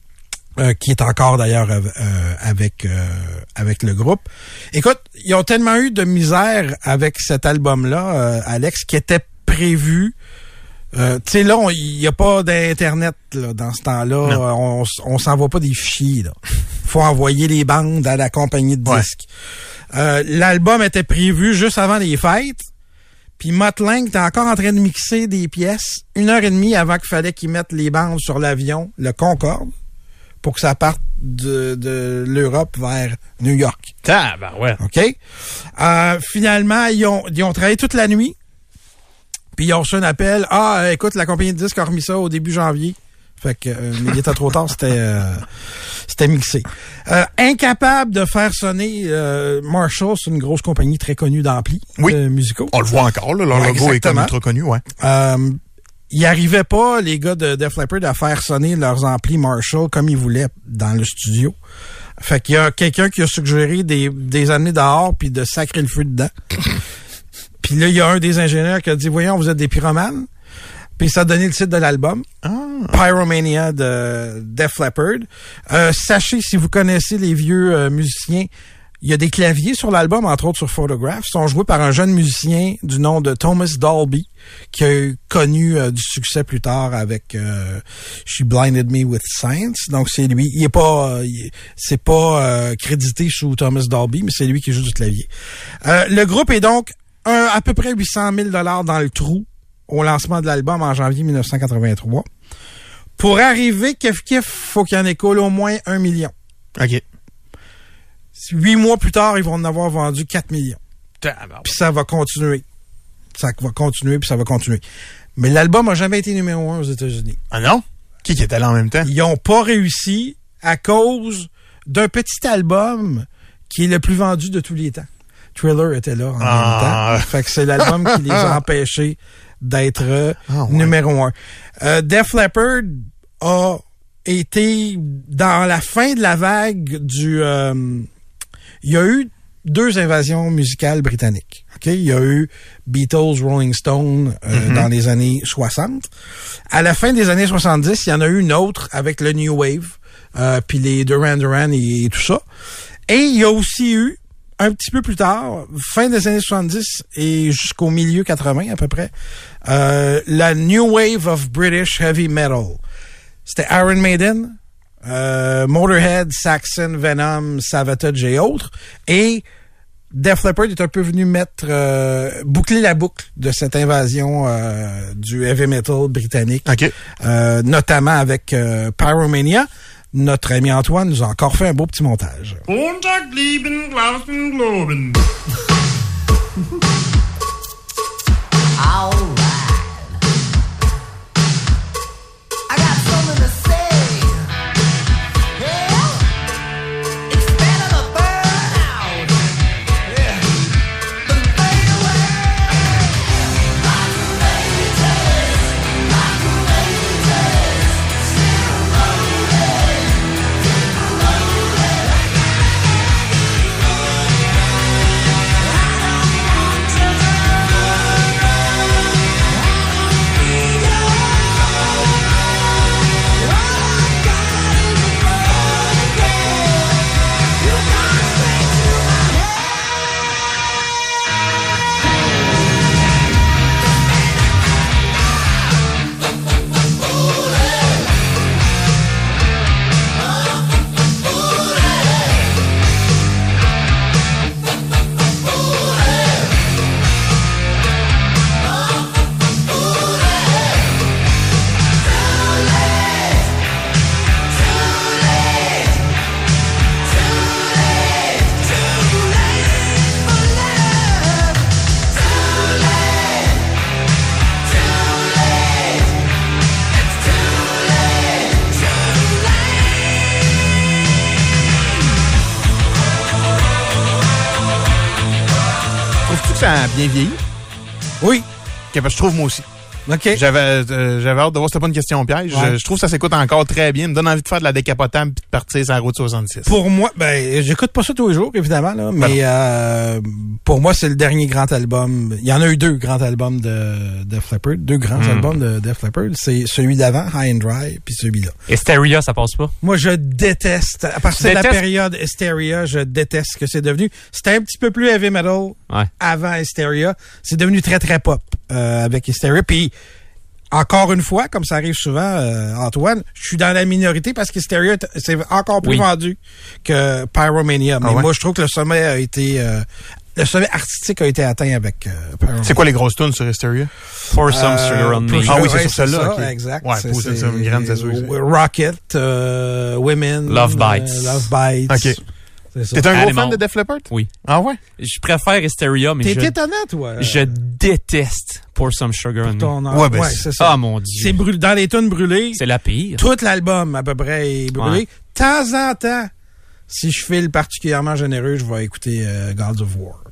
qui est encore d'ailleurs avec le groupe. Écoute, ils ont tellement eu de misère avec cet album-là, Alex, qui était prévu. Tu sais, là, il n'y a pas d'Internet là, dans ce temps-là. On s'envoie pas des fichiers. Là. Faut envoyer les bandes à la compagnie de disques. L'album était prévu juste avant les fêtes. Puis Mutt Lange était encore en train de mixer des pièces 1h30 avant qu'il fallait qu'ils mettent les bandes sur l'avion, le Concorde, pour que ça parte de l'Europe vers New York. Ah, ben ouais. OK? Finalement, ils ont travaillé toute la nuit. Puis ils ont reçu un appel. Ah, écoute, la compagnie de disques a remis ça au début janvier. Fait que, mais il était trop tard, c'était mixé. Incapable de faire sonner Marshall, c'est une grosse compagnie très connue d'amplis musicaux. On le voit encore, là, leur logo est comme ultra connu, ouais. ils arrivaient pas, les gars de Def Leppard, à faire sonner leurs amplis Marshall comme ils voulaient dans le studio. Fait qu'il y a quelqu'un qui a suggéré des amener dehors puis de sacrer le feu dedans. Puis là, il y a un des ingénieurs qui a dit, voyons, vous êtes des pyromanes. Puis ça a donné le titre de l'album. Pyromania de Def Leppard. Sachez, si vous connaissez les vieux musiciens, il y a des claviers sur l'album, entre autres sur Photograph, sont joués par un jeune musicien du nom de Thomas Dolby, qui a connu du succès plus tard avec She Blinded Me with Science. Donc c'est lui. Il est pas, c'est pas crédité sous Thomas Dolby, mais c'est lui qui joue du clavier. Le groupe est donc à peu près 800 000 $ dans le trou au lancement de l'album en janvier 1983. Pour arriver, faut qu'il y en écoule au moins 1 million. OK. 8 mois plus tard, ils vont en avoir vendu 4 millions. Puis ça va continuer. Ça va continuer, puis ça va continuer. Mais l'album n'a jamais été numéro 1 aux États-Unis. Ah non? Qui était là en même temps? Ils n'ont pas réussi à cause d'un petit album qui est le plus vendu de tous les temps. Thriller était là en même temps. Fait que c'est l'album qui les a empêchés d'être numéro 1. Def Leppard a été dans la fin de la vague du... il y a eu 2 invasions musicales britanniques. Okay? Il y a eu Beatles, Rolling Stone dans les années 60. À la fin des années 70, il y en a eu une autre avec le New Wave, puis les Duran Duran et tout ça. Et il y a aussi eu, un petit peu plus tard, fin des années 70 et jusqu'au milieu 80 à peu près, la New Wave of British Heavy Metal. C'était Iron Maiden, Motorhead, Saxon, Venom, Savatage et autres. Et Def Leppard est un peu venu boucler la boucle de cette invasion du heavy metal britannique. Okay. Notamment avec Pyromania. Notre ami Antoine nous a encore fait un beau petit montage. Ça a bien vieilli. Oui. Je trouve moi aussi. OK. J'avais hâte de voir, c'était pas une question piège. Ouais. Je trouve que ça s'écoute encore très bien. Il me donne envie de faire de la décapotable et de partir sur la route 66. Pour moi, j'écoute pas ça tous les jours, évidemment, là, mais pour moi, c'est le dernier grand album. Il y en a eu 2 grands albums de Def Leppard. 2 grands albums de Def Leppard. C'est celui d'avant, High and Dry, puis celui-là. Hysteria, ça passe pas? Moi, je déteste. À partir de la période Hysteria, je déteste ce que c'est devenu. C'était un petit peu plus heavy metal avant Hysteria. C'est devenu très, très pop avec Hysteria. Puis, encore une fois, comme ça arrive souvent, Antoine, je suis dans la minorité parce qu'Hysteria, c'est encore plus vendu que Pyromania. Mais moi, je trouve que le sommet a été... le sommet artistique a été atteint avec Pyromania. C'est quoi les grosses tunes sur Hysteria? Pour Some Sugar on Me. Ah oui, c'est sur celle-là. Okay. Exact. Ouais, c'est une grande, c'est sûr. Rocket, Women. Love Bites. Love Bites. OK. T'es un gros fan de Def Leppard? Oui. Ah ouais? Je préfère Hysteria, mais T'es étonnant, toi. Je déteste Pour Some Sugar on Me. Ouais, c'est ça. Ah, mon Dieu. C'est dans les tunes brûlées. C'est la pire. Tout l'album, à peu près, est brûlé. De temps en temps, si je file particulièrement généreux, je vais écouter Gods of War.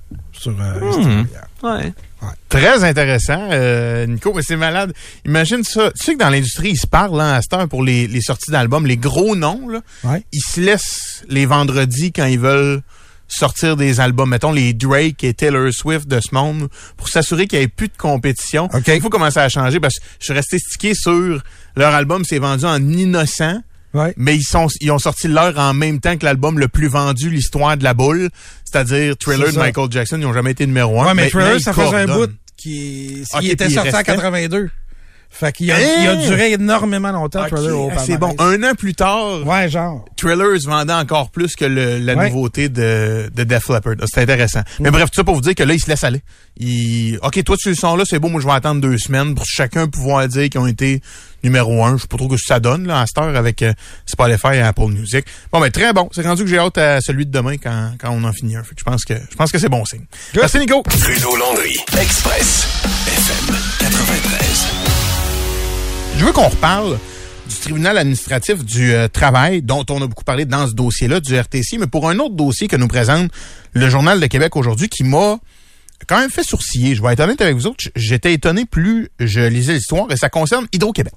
sur Instagram. Ouais. Très intéressant, Nico, mais c'est malade. Imagine ça. Tu sais que dans l'industrie, ils se parlent à cette heure pour les sorties d'albums. Les gros noms, là, ils se laissent les vendredis quand ils veulent sortir des albums. Mettons les Drake et Taylor Swift de ce monde pour s'assurer qu'il n'y ait plus de compétition. Il faut commencer à changer parce que je suis resté stické sur leur album s'est vendu en innocent. Mais ils ont sorti leur en même temps que l'album le plus vendu, l'histoire de la boule, c'est-à-dire Thriller de Michael Jackson. Ils n'ont jamais été numéro 1. Ouais, mais Thriller, ça faisait un bout qui était sorti en 82. Fait qu'il a duré énormément longtemps, Thriller au c'est bon. Un an plus tard, Thriller se vendait encore plus que la nouveauté de Def Leppard. C'est intéressant. Mais bref, tout ça pour vous dire que là, ils se laissent aller. OK, toi, tu le sens là, c'est beau, moi, je vais attendre 2 semaines pour chacun pouvoir dire qu'ils ont été numéro 1. Je sais pas trop ce que ça donne, là, à cette heure, avec Spotify et Apple Music. Bon, mais très bon. C'est rendu que j'ai hâte à celui de demain quand on en finit un. Fait que je pense que c'est bon signe. Merci, Nico. Trudeau-Landry, Express, FM 93. Je veux qu'on reparle du tribunal administratif du travail dont on a beaucoup parlé dans ce dossier-là du RTC, mais pour un autre dossier que nous présente le Journal de Québec aujourd'hui qui m'a quand même fait sourciller. Je vais être honnête avec vous autres, j'étais étonné plus je lisais l'histoire et ça concerne Hydro-Québec.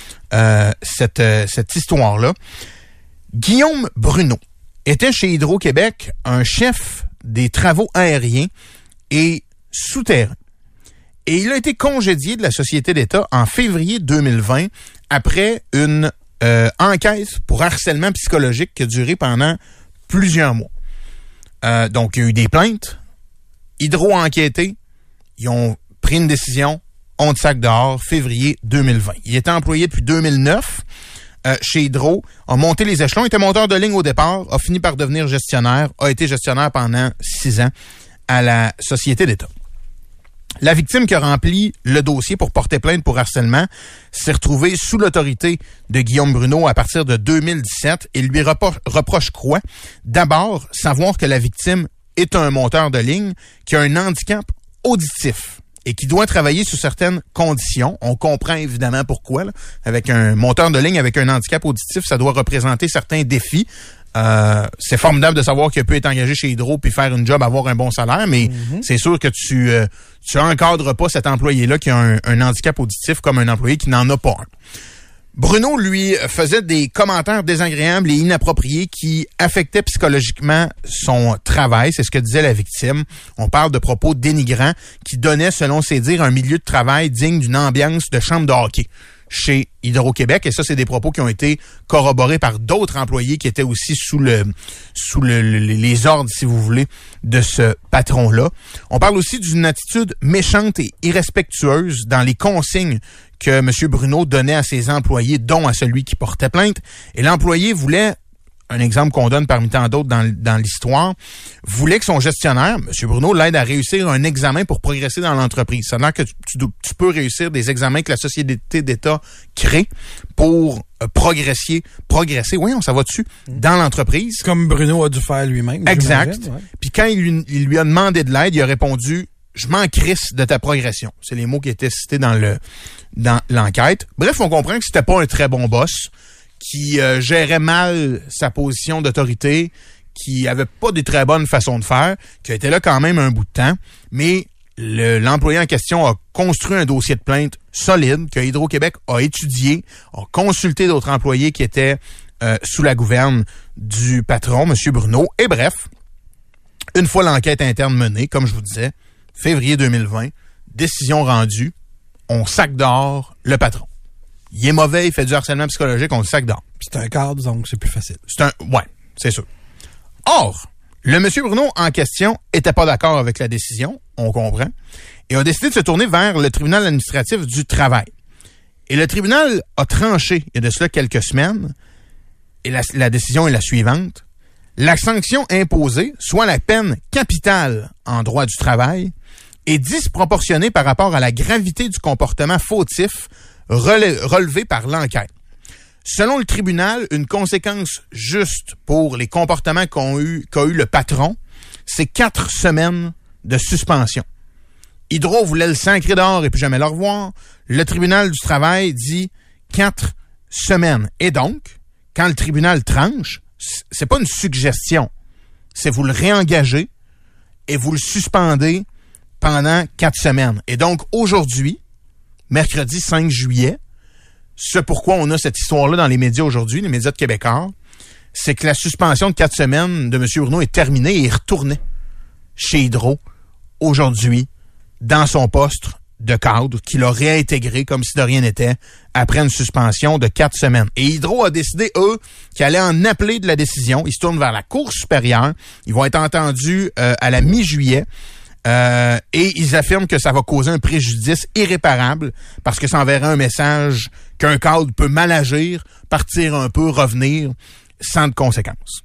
Cette histoire-là. Guillaume Bruno était chez Hydro-Québec un chef des travaux aériens et souterrains. Et il a été congédié de la Société d'État en février 2020 après une enquête pour harcèlement psychologique qui a duré pendant plusieurs mois. Donc, il y a eu des plaintes. Hydro a enquêté. Ils ont pris une décision. On te sac dehors, février 2020. Il était employé depuis 2009 chez Hydro, a monté les échelons, était monteur de ligne au départ, a fini par devenir gestionnaire, a été gestionnaire pendant 6 ans à la Société d'État. La victime qui a rempli le dossier pour porter plainte pour harcèlement s'est retrouvée sous l'autorité de Guillaume Bruno à partir de 2017 et lui reproche quoi? D'abord, savoir que la victime est un monteur de ligne qui a un handicap auditif et qui doit travailler sous certaines conditions. On comprend évidemment pourquoi. Là. Avec un monteur de ligne avec un handicap auditif, ça doit représenter certains défis. C'est formidable de savoir qu'il peut être engagé chez Hydro puis faire une job, avoir un bon salaire, mais c'est sûr que tu encadres pas cet employé-là qui a un handicap auditif comme un employé qui n'en a pas un. Bruno, lui, faisait des commentaires désagréables et inappropriés qui affectaient psychologiquement son travail. C'est ce que disait la victime. On parle de propos dénigrants qui donnaient, selon ses dires, un milieu de travail digne d'une ambiance de chambre de hockey chez Hydro-Québec. Et ça, c'est des propos qui ont été corroborés par d'autres employés qui étaient aussi sous les ordres, si vous voulez, de ce patron-là. On parle aussi d'une attitude méchante et irrespectueuse dans les consignes que M. Bruno donnait à ses employés, dont à celui qui portait plainte. Et l'employé voulait, un exemple qu'on donne parmi tant d'autres dans l'histoire, voulait que son gestionnaire, M. Bruno, l'aide à réussir un examen pour progresser dans l'entreprise. Ça veut dire que tu peux réussir des examens que la Société d'État crée pour progresser, oui, on s'en va dessus, dans l'entreprise. Comme Bruno a dû faire lui-même. Exact. Ouais. Puis quand il lui a demandé de l'aide, il a répondu « Je m'en crisse de ta progression ». C'est les mots qui étaient cités dans l'enquête. Bref, on comprend que c'était pas un très bon boss, qui gérait mal sa position d'autorité, qui avait pas des très bonnes façons de faire, qui était là quand même un bout de temps, mais l'employé en question a construit un dossier de plainte solide que Hydro-Québec a étudié, a consulté d'autres employés qui étaient sous la gouverne du patron, M. Bruno, et bref, une fois l'enquête interne menée, comme je vous disais, février 2020, décision rendue, on sac dehors le patron. Il est mauvais, il fait du harcèlement psychologique, on le sac dehors. C'est un cadre, donc c'est plus facile. Ouais, c'est sûr. Or, le monsieur Bruno en question était pas d'accord avec la décision, on comprend, et a décidé de se tourner vers le tribunal administratif du travail. Et le tribunal a tranché, il y a de cela quelques semaines, et la décision est la suivante. La sanction imposée, soit la peine capitale en droit du travail, est disproportionnée par rapport à la gravité du comportement fautif relevé par l'enquête. Selon le tribunal, une conséquence juste pour les comportements qu'a eu le patron, c'est 4 semaines de suspension. Hydro voulait le sacrer dehors et puis jamais le revoir. Le tribunal du travail dit 4 semaines. Et donc, quand le tribunal tranche, c'est pas une suggestion, c'est vous le réengagez et vous le suspendez pendant 4 semaines. Et donc, aujourd'hui, mercredi 5 juillet, ce pourquoi on a cette histoire-là dans les médias aujourd'hui, les médias de Québécois, c'est que la suspension de 4 semaines de M. Bruno est terminée et il retournait chez Hydro aujourd'hui dans son poste de cadre qu'il a réintégré comme si de rien n'était après une suspension de 4 semaines. Et Hydro a décidé, eux, qu'ils allaient en appeler de la décision. Ils se tournent vers la Cour supérieure. Ils vont être entendus à la mi-juillet. Et ils affirment que ça va causer un préjudice irréparable parce que ça enverrait un message qu'un cadre peut mal agir, partir un peu, revenir sans de conséquences.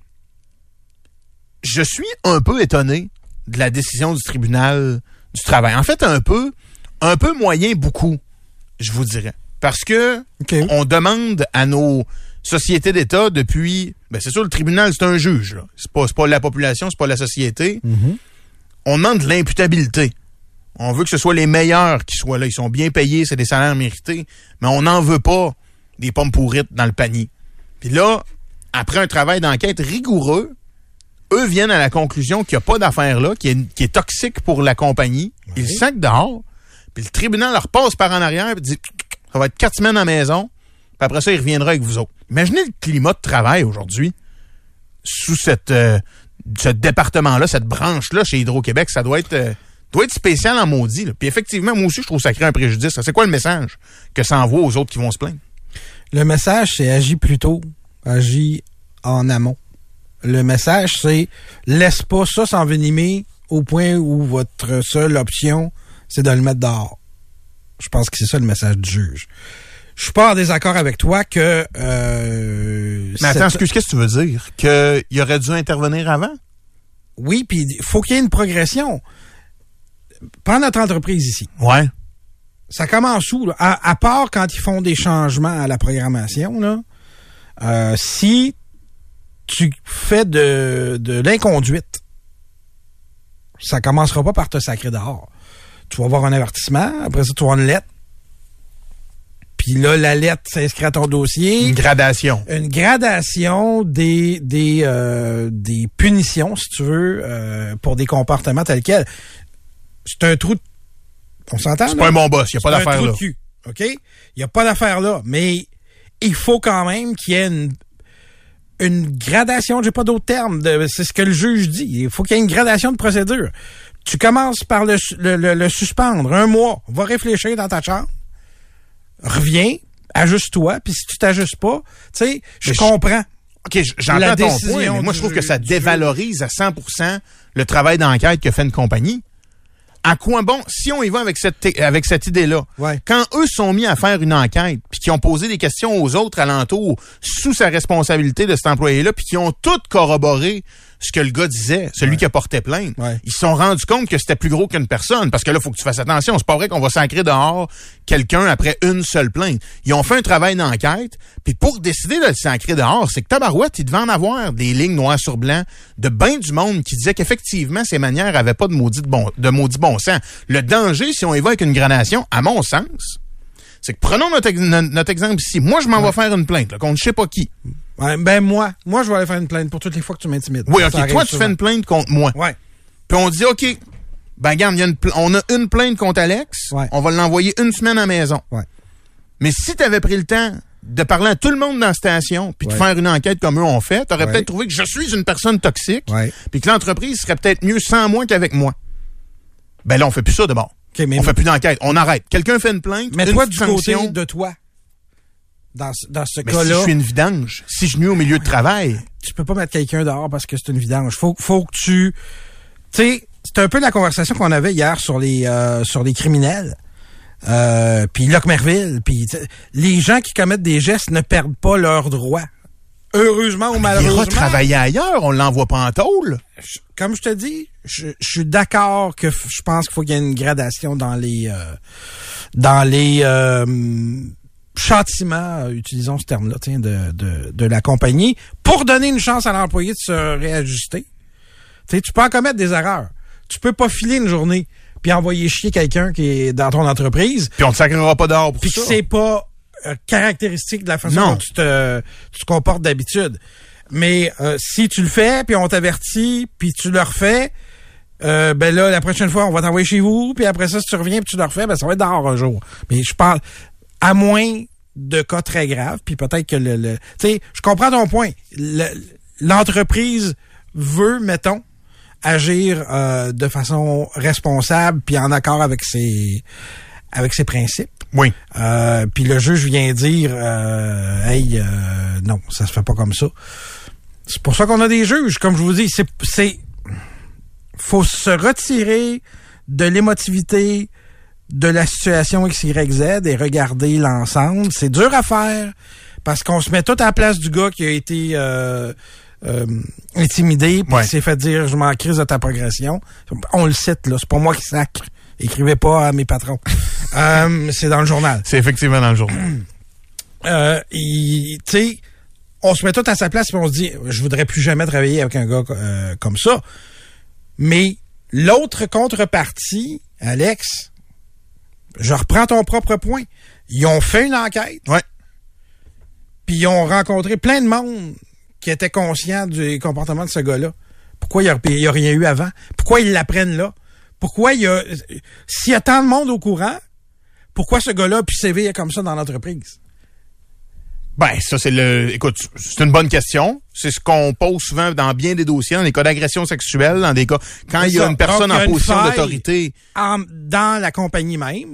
Je suis un peu étonné de la décision du tribunal du travail. En fait, un peu moyen beaucoup, je vous dirais. Parce que on demande à nos sociétés d'État depuis... c'est sûr, le tribunal, c'est un juge. Là. C'est pas la population, c'est pas la société. Mm-hmm. On demande de l'imputabilité. On veut que ce soit les meilleurs qui soient là. Ils sont bien payés, c'est des salaires mérités, mais on n'en veut pas des pommes pourrites dans le panier. Puis là, après un travail d'enquête rigoureux, eux viennent à la conclusion qu'il n'y a pas d'affaire là, qui est toxique pour la compagnie. Oui. Ils le sacent dehors, puis le tribunal leur passe par en arrière et dit « Ça va être 4 semaines à la maison, puis après ça, il reviendra avec vous autres. » Imaginez le climat de travail aujourd'hui sous ce département-là, cette branche-là chez Hydro-Québec, ça doit être spécial en maudit. Là. Puis effectivement, moi aussi, je trouve que ça crée un préjudice. C'est quoi le message que ça envoie aux autres qui vont se plaindre? Le message, c'est agis plus tôt, agis en amont. Le message, c'est laisse pas ça s'envenimer au point où votre seule option, c'est de le mettre dehors. Je pense que c'est ça le message du juge. Je suis pas en désaccord avec toi que... Mais attends, qu'est-ce que tu veux dire? Qu'il aurait dû intervenir avant? Oui, puis il faut qu'il y ait une progression. Prends notre entreprise ici. Ouais. Ça commence où, là? À part quand ils font des changements à la programmation, là, si tu fais de l'inconduite, ça commencera pas par te sacrer dehors. Tu vas avoir un avertissement, après ça, tu vas avoir une lettre. Puis là, la lettre s'inscrit à ton dossier. Une gradation. Une gradation des punitions, si tu veux, pour des comportements tels quels. C'est un trou de... On s'entend, c'est là? Pas un bon boss, il n'y a pas d'affaire là. C'est un trou de cul, OK? Il n'y a pas d'affaire là, mais il faut quand même qu'il y ait une gradation, j'ai pas d'autres termes, c'est ce que le juge dit. Il faut qu'il y ait une gradation de procédure. Tu commences par le suspendre 1 mois, va réfléchir dans ta chambre, reviens, ajuste-toi, puis si tu t'ajustes pas, tu sais, je comprends. OK, j'entends ton point, mais moi je trouve que ça dévalorise à 100% le travail d'enquête que fait une compagnie. À quoi bon, si on y va avec cette idée-là, ouais. Quand eux sont mis à faire une enquête, puis qui ont posé des questions aux autres alentours sous sa responsabilité de cet employé-là, puis qui ont toutes corroboré ce que le gars disait, celui qui a porté plainte, ils se sont rendus compte que c'était plus gros qu'une personne, parce que là, il faut que tu fasses attention. C'est pas vrai qu'on va sacrer dehors quelqu'un après une seule plainte. Ils ont fait un travail d'enquête, puis pour décider de le sacrer dehors, c'est que tabarouette, il devait en avoir des lignes noires sur blanc de ben du monde qui disait qu'effectivement, ces manières avaient pas de maudit bon sens. Le danger, si on y va avec une gradation, à mon sens, c'est que prenons notre exemple ici. Moi, je m'en vais faire une plainte, là, contre je sais pas qui. Ouais, ben moi, je vais aller faire une plainte pour toutes les fois que tu m'intimides. Oui, OK, toi, tu fais une plainte contre moi. Ouais. Puis on dit, OK, ben regarde, on a une plainte contre Alex, on va l'envoyer 1 semaine à la maison. Ouais. Mais si tu avais pris le temps de parler à tout le monde dans la station puis de faire une enquête comme eux ont fait, tu aurais peut-être trouvé que je suis une personne toxique puis que l'entreprise serait peut-être mieux sans moi qu'avec moi. Ben là, on fait plus ça d'abord. Okay, mais on fait plus d'enquête. On arrête. Quelqu'un fait une plainte, mais toi, du côté de toi, dans ce cas-là... si je suis une vidange, si je nuis au milieu de travail... Tu peux pas mettre quelqu'un dehors parce que c'est une vidange. Faut que tu... Tu sais, c'est un peu la conversation qu'on avait hier sur les criminels. Puis Locke Merville. Puis les gens qui commettent des gestes ne perdent pas leurs droits. Heureusement ou malheureusement. Il ira travailler ailleurs, on l'envoie pas en tôle. Comme je te dis, je suis d'accord que je pense qu'il faut qu'il y ait une gradation dans les châtiments, utilisons ce terme-là, tiens, de la compagnie, pour donner une chance à l'employé de se réajuster. Tu sais, tu peux en commettre des erreurs. Tu peux pas filer une journée puis envoyer chier quelqu'un qui est dans ton entreprise. Puis on te sacrera pas dehors pour ça. Puis c'est pas caractéristique de la façon dont tu te comportes d'habitude. Mais si tu le fais, puis on t'avertit, puis tu le refais, ben là, la prochaine fois, on va t'envoyer chez vous, puis après ça, si tu reviens puis tu le refais, ben ça va être dehors un jour. Mais je parle, à moins de cas très graves, puis peut-être que tu sais, je comprends ton point. L'entreprise veut, mettons, agir de façon responsable puis en accord avec ses principes. Oui. Puis le juge vient dire non, ça se fait pas comme ça. C'est pour ça qu'on a des juges, comme je vous dis, faut se retirer de l'émotivité de la situation XYZ et regarder l'ensemble. C'est dur à faire parce qu'on se met tout à la place du gars qui a été intimidé puis qui s'est fait dire je m'en crise de ta progression. On le cite, là. C'est pas moi qui sacre. Écrivez pas à mes patrons. C'est dans le journal. C'est effectivement dans le journal. Tu sais, on se met tout à sa place et on se dit je voudrais plus jamais travailler avec un gars comme ça. Mais l'autre contrepartie, Alex, je reprends ton propre point. Ils ont fait une enquête. Ouais. Puis ils ont rencontré plein de monde qui était conscient du comportement de ce gars-là. Pourquoi il n'y a rien eu avant? Pourquoi ils l'apprennent là? Pourquoi s'il y a tant de monde au courant, pourquoi ce gars-là a pu sévir comme ça dans l'entreprise? Ben, ça, écoute, c'est une bonne question. C'est ce qu'on pose souvent dans bien des dossiers, dans des cas d'agression sexuelle, dans des cas, quand il y a une personne en position d'autorité. Dans la compagnie même.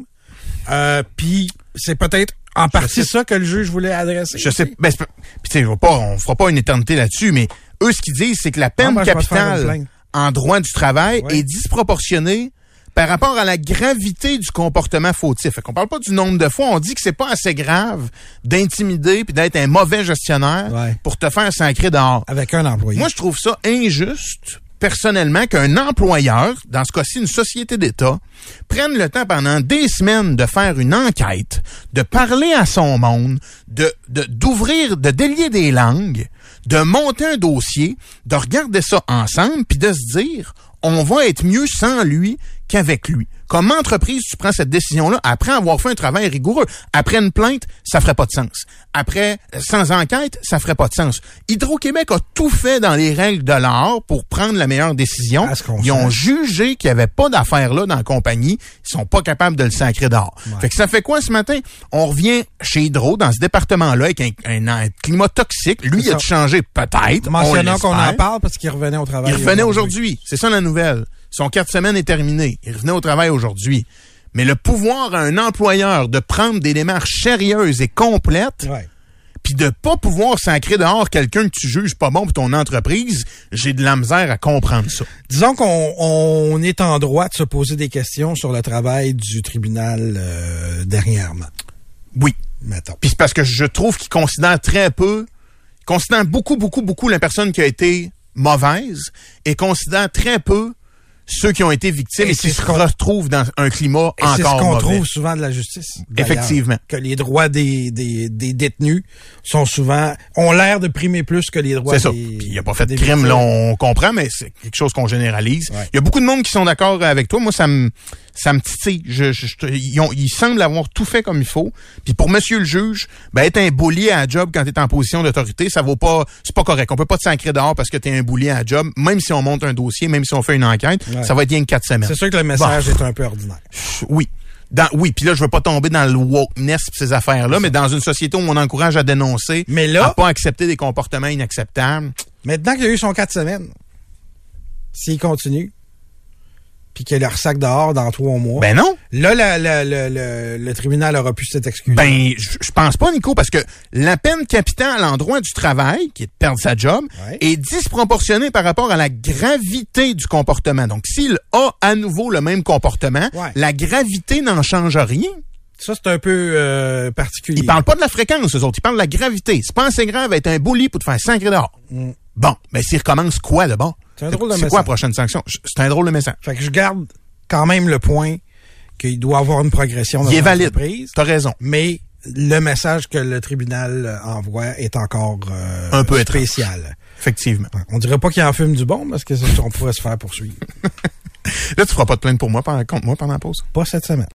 Puis c'est peut-être en partie ça que le juge voulait adresser. Je sais. Ben, puis tu sais, on fera pas une éternité là-dessus, mais eux, ce qu'ils disent, c'est que la peine capitale en droit du travail est disproportionnée par rapport à la gravité du comportement fautif. Fait qu'on parle pas du nombre de fois, on dit que c'est pas assez grave d'intimider puis d'être un mauvais gestionnaire pour te faire sacrer dehors. Avec un employé. Moi, je trouve ça injuste, personnellement, qu'un employeur, dans ce cas-ci une société d'État, prenne le temps pendant des semaines de faire une enquête, de parler à son monde, d'ouvrir, de délier des langues, de monter un dossier, de regarder ça ensemble puis de se dire on va être mieux sans lui qu'avec lui. Comme entreprise, tu prends cette décision-là après avoir fait un travail rigoureux. Après une plainte, ça ferait pas de sens. Après, sans enquête, ça ferait pas de sens. Hydro-Québec a tout fait dans les règles de l'art pour prendre la meilleure décision. Ils ont jugé qu'il n'y avait pas d'affaires là dans la compagnie. Ils sont pas capables de le sacrer dehors. Ouais. Fait que ça fait quoi ce matin? On revient chez Hydro, dans ce département-là, avec un climat toxique. Lui, il a changé peut-être. Mentionnons qu'on en parle parce qu'il revenait au travail. Il revenait aujourd'hui. C'est ça la nouvelle. Son 4 semaines est terminé. Il revenait au travail aujourd'hui. Mais le pouvoir à un employeur de prendre des démarches sérieuses et complètes, puis de pas pouvoir sacrer dehors quelqu'un que tu juges pas bon pour ton entreprise, j'ai de la misère à comprendre ça. Disons qu'on est en droit de se poser des questions sur le travail du tribunal dernièrement. Oui. Mettons. Puis c'est parce que je trouve qu'il considère très peu, il considère beaucoup la personne qui a été mauvaise et considère très peu ceux qui ont été victimes et qui se retrouvent dans un climat encore mauvais. C'est ce qu'on trouve souvent de la justice. Effectivement. Que les droits des détenus ont l'air de primer plus que les droits des... C'est ça. Puis il n'y a pas fait de crime, là, on comprend, mais c'est quelque chose qu'on généralise. Il y a beaucoup de monde qui sont d'accord avec toi. Moi, ça me titille. Ils semblent avoir tout fait comme il faut. Puis pour monsieur le juge, être un bully à la job quand t'es en position d'autorité, ça vaut pas, c'est pas correct. On peut pas te sacrer dehors parce que t'es un bully à la job, même si on monte un dossier, même si on fait une enquête, ça va être bien que 4 semaines. C'est sûr que le message est un peu ordinaire. Oui. Puis là, je veux pas tomber dans le wokeness pis ces affaires-là, mais dans une société où on encourage à dénoncer, à pas accepter des comportements inacceptables. Maintenant qu'il a eu son 4 semaines, s'il continue, puis qu'il leur sac dehors dans 3 mois. Ben non. Là, le tribunal aura pu s'être excusé. Ben, je pense pas, Nico, parce que la peine capitale en droit du travail, qui est de perdre sa job, est disproportionnée par rapport à la gravité du comportement. Donc, s'il a à nouveau le même comportement, la gravité n'en change rien. Ça, c'est un peu particulier. Ils parlent pas de la fréquence, eux autres. Ils parlent de la gravité. C'est pas assez grave d'être un bully pour te faire sacrer dehors. Bon, mais s'il recommence quoi, d'abord? C'est un drôle de message. C'est quoi la prochaine sanction? C'est un drôle de message. Fait que je garde quand même le point qu'il doit avoir une progression dans l'entreprise. T'as raison. Mais le message que le tribunal envoie est encore un peu spécial. Étrange. Effectivement. On dirait pas qu'il en fume du bon parce que ça, on pourrait se faire poursuivre. Là, tu feras pas de plainte pour moi contre moi pendant la pause? Pas cette semaine.